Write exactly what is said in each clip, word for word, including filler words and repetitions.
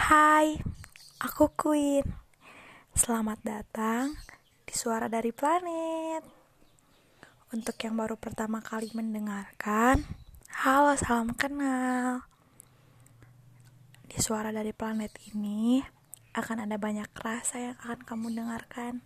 Hai, aku Queen. Selamat datang di Suara dari Planet. Untuk yang baru pertama kali mendengarkan, halo, salam kenal. Di Suara dari Planet ini akan ada banyak rasa yang akan kamu dengarkan.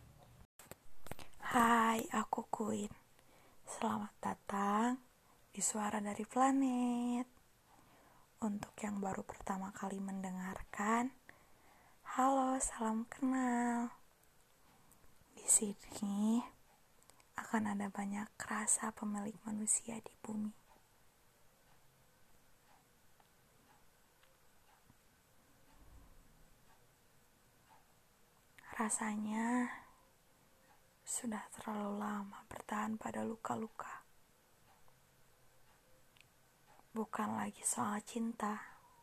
Hai, aku Queen. Selamat datang di Suara dari Planet. Untuk yang baru pertama kali mendengarkan, halo, salam kenal. Di sini akan ada banyak rasa pemilik manusia di bumi. Rasanya sudah terlalu lama bertahan pada luka-luka. Bukan lagi soal cinta.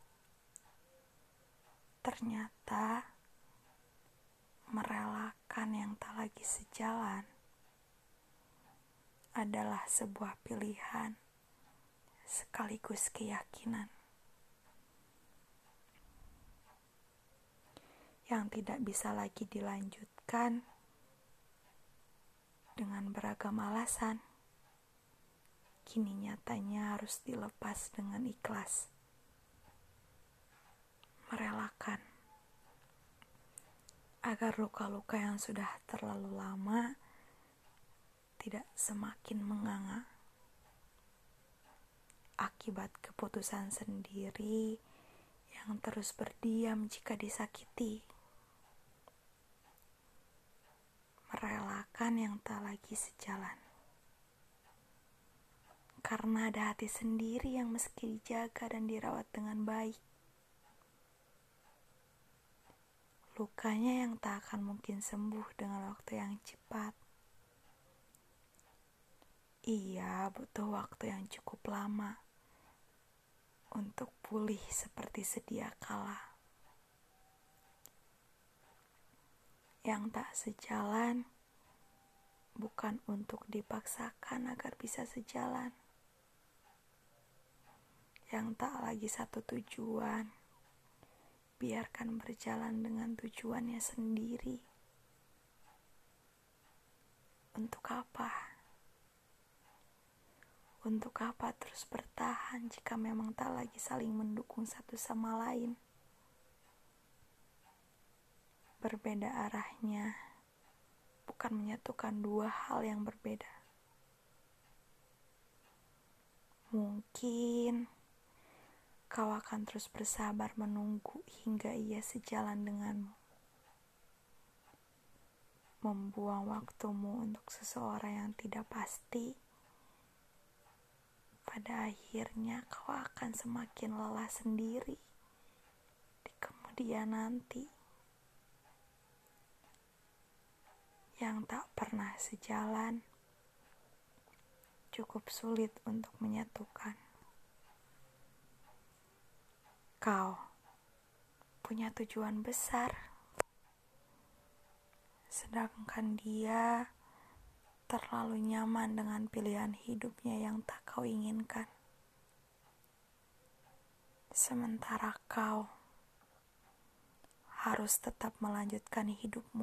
Ternyata merelakan yang tak lagi sejalan adalah sebuah pilihan sekaligus keyakinan yang tidak bisa lagi dilanjutkan dengan beragam alasan. Kini nyatanya harus dilepas dengan ikhlas. Merelakan agar luka-luka yang sudah terlalu lama tidak semakin menganga akibat keputusan sendiri yang terus berdiam jika disakiti. Merelakan yang tak lagi sejalan karena ada hati sendiri yang meski dijaga dan dirawat dengan baik. Lukanya yang tak akan mungkin sembuh dengan waktu yang cepat. Ia butuh waktu yang cukup lama untuk pulih seperti sedia kala. Yang tak sejalan bukan untuk dipaksakan agar bisa sejalan. Yang tak lagi satu tujuan, biarkan berjalan dengan tujuannya sendiri. Untuk apa? Untuk apa terus bertahan jika memang tak lagi saling mendukung satu sama lain? Berbeda arahnya bukan menyatukan dua hal yang berbeda. Mungkin kau akan terus bersabar menunggu hingga ia sejalan denganmu. Membuang waktumu untuk seseorang yang tidak pasti. Pada akhirnya kau akan semakin lelah sendiri di kemudian nanti. Yang tak pernah sejalan cukup sulit untuk menyatukan. Kau punya tujuan besar, sedangkan dia terlalu nyaman dengan pilihan hidupnya yang tak kau inginkan. Sementara kau harus tetap melanjutkan hidupmu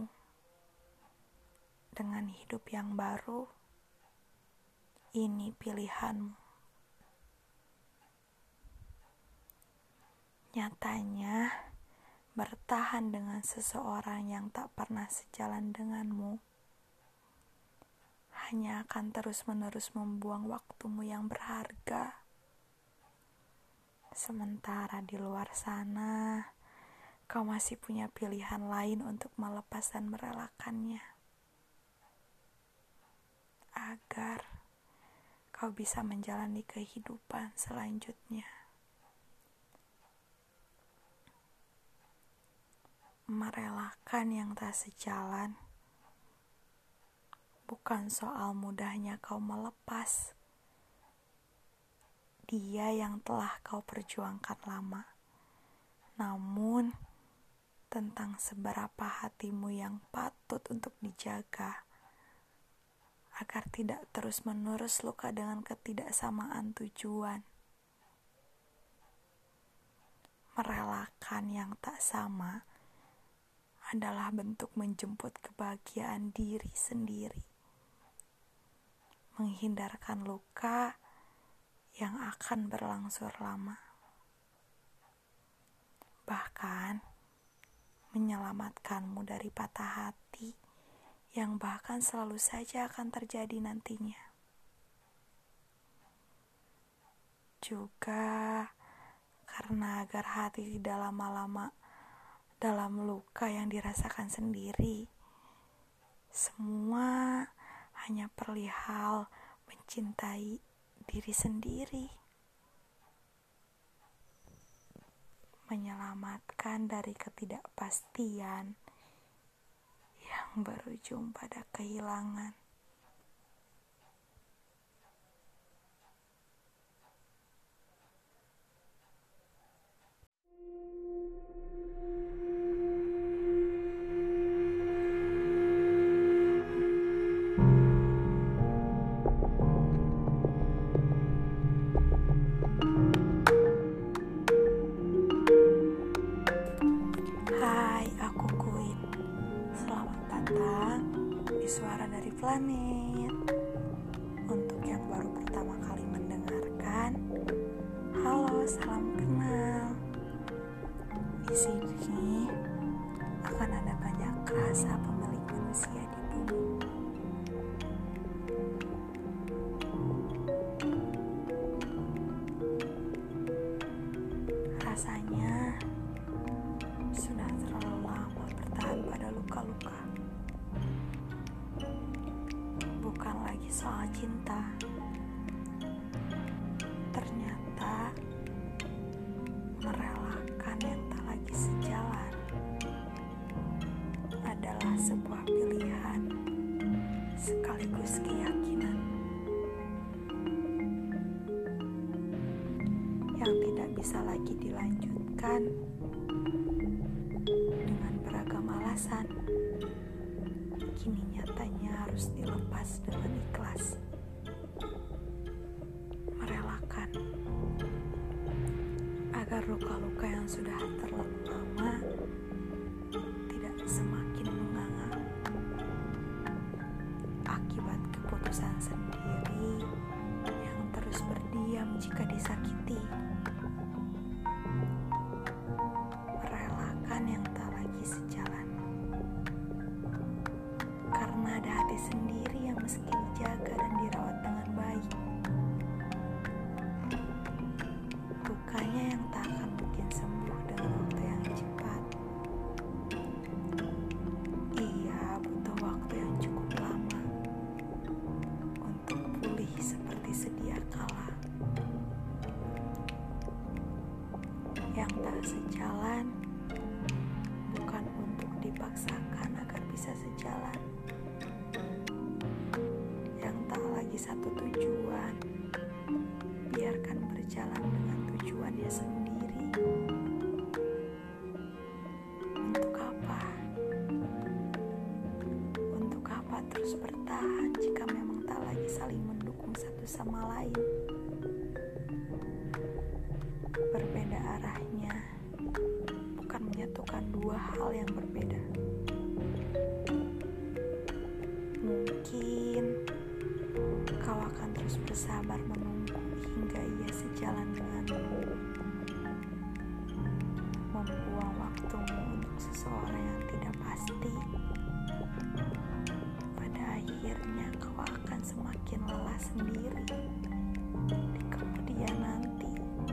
dengan hidup yang baru. Ini pilihanmu. Nyatanya, bertahan dengan seseorang yang tak pernah sejalan denganmu hanya akan terus-menerus membuang waktumu yang berharga. Sementara di luar sana, kau masih punya pilihan lain untuk melepas dan merelakannya. Agar kau bisa menjalani kehidupan selanjutnya. Merelakan yang tak sejalan bukan soal mudahnya kau melepas dia yang telah kau perjuangkan lama, namun tentang seberapa hatimu yang patut untuk dijaga agar tidak terus-menerus luka dengan ketidaksamaan tujuan. Merelakan merasakan yang tak sama adalah bentuk menjemput kebahagiaan diri sendiri. Menghindarkan luka yang akan berlangsung lama. Bahkan menyelamatkanmu dari patah hati yang bahkan selalu saja akan terjadi nantinya. Juga karena agar hati tidak lama-lama dalam luka yang dirasakan sendiri, semua hanya perihal mencintai diri sendiri, menyelamatkan dari ketidakpastian yang berujung pada kehilangan. Hai, aku Queen. Selamat datang di Suara dari Planet. Untuk yang baru pertama kali mendengarkan, halo, salam kenal. Di sini akan ada banyak rasa pemilik manusia di bumi. Rasanya sudah terlalu lama bertahan pada luka-luka. Bukan lagi soal cinta. Ternyata merelakan yang tak lagi sejalan adalah sebuah pilihan sekaligus keyakinan yang tidak bisa lagi dilanjutkan dengan beragam alasan. Kini nyatanya harus dilepas dengan ikhlas. Merelakan agar luka-luka yang sudah terlalu lama tidak semakin menganga akibat keputusan sendiri yang terus berdiam jika disakiti. Merelakan yang tak lagi sejalan karena ada hati sendiri yang meski dijaga dan dirawat dengan baik. Lukanya yang tak akan mungkin sembuh dengan waktu yang cepat. Ia butuh waktu yang cukup lama untuk pulih seperti sedia kala. Yang tak sejalan bukan untuk dipaksakan agar bisa sejalan. Yang tak lagi satu tujuan, biarkan berjalan dengan tujuannya sendiri. Untuk apa? Untuk apa terus bertahan jika memang tak lagi saling mendukung satu sama lain? Berbeda arahnya bukan menyatukan dua hal yang berbeda. Mungkin kau akan terus bersabar menunggu hingga ia sejalan denganmu, membuang waktumu untuk seseorang yang tidak pasti. Pada akhirnya kau akan semakin lelah sendiri di kemudian nanti.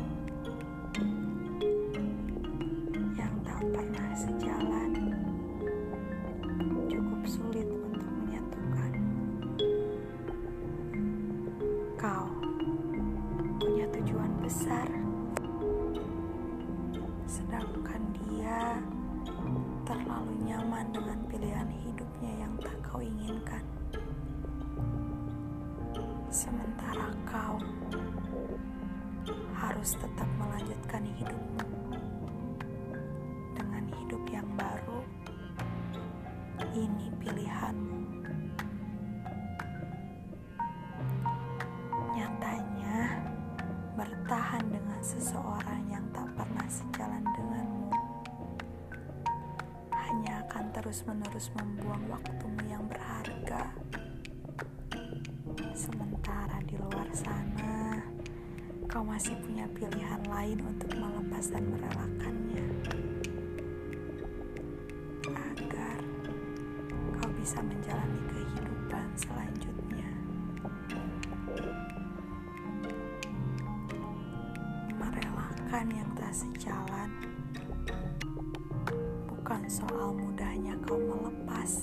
Yang tak pernah sejalan cukup sulit untuk menyatukan. Kau punya tujuan besar, sedangkan dia terlalu nyaman dengan pilihan hidupnya yang tak kau inginkan. Sementara kau harus tetap melanjutkan hidupmu dengan hidup yang baru. Ini pilihanmu. Nyatanya, bertahan dengan seseorang yang tak pernah sejalan denganmu terus-menerus membuang waktumu yang berharga. Sementara di luar sana, kau masih punya pilihan lain untuk melepas dan merelakannya, agar kau bisa menjalani kehidupan selanjutnya. Merelakan yang tak sejalan bukan soal mudahnya kau melepas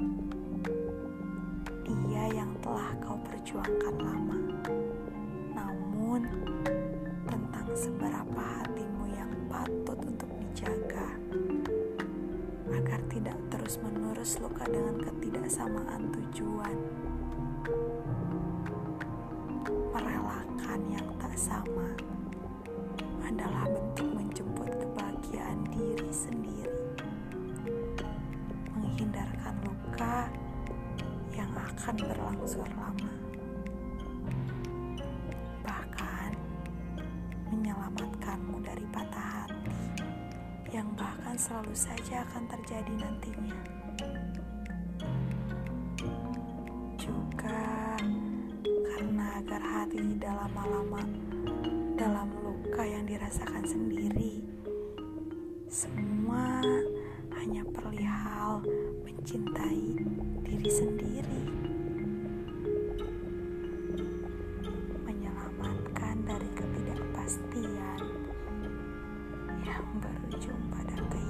dia yang telah kau perjuangkan lama, namun tentang seberapa hatimu yang patut untuk dijaga agar tidak terus-menerus luka dengan ketidaksamaan tujuan. Merelakan yang tak sama adalah bentuk menjemput kebahagiaan diri sendiri, menghindarkan luka yang akan berlangsung lama, bahkan menyelamatkanmu dari patah hati yang bahkan selalu saja akan terjadi nantinya. Juga karena agar hati tidak lama-lama dalam luka yang dirasakan sendiri, semua hanya perihal mencintai diri sendiri, menyelamatkan dari ketidakpastian yang berujung pada kehidupan.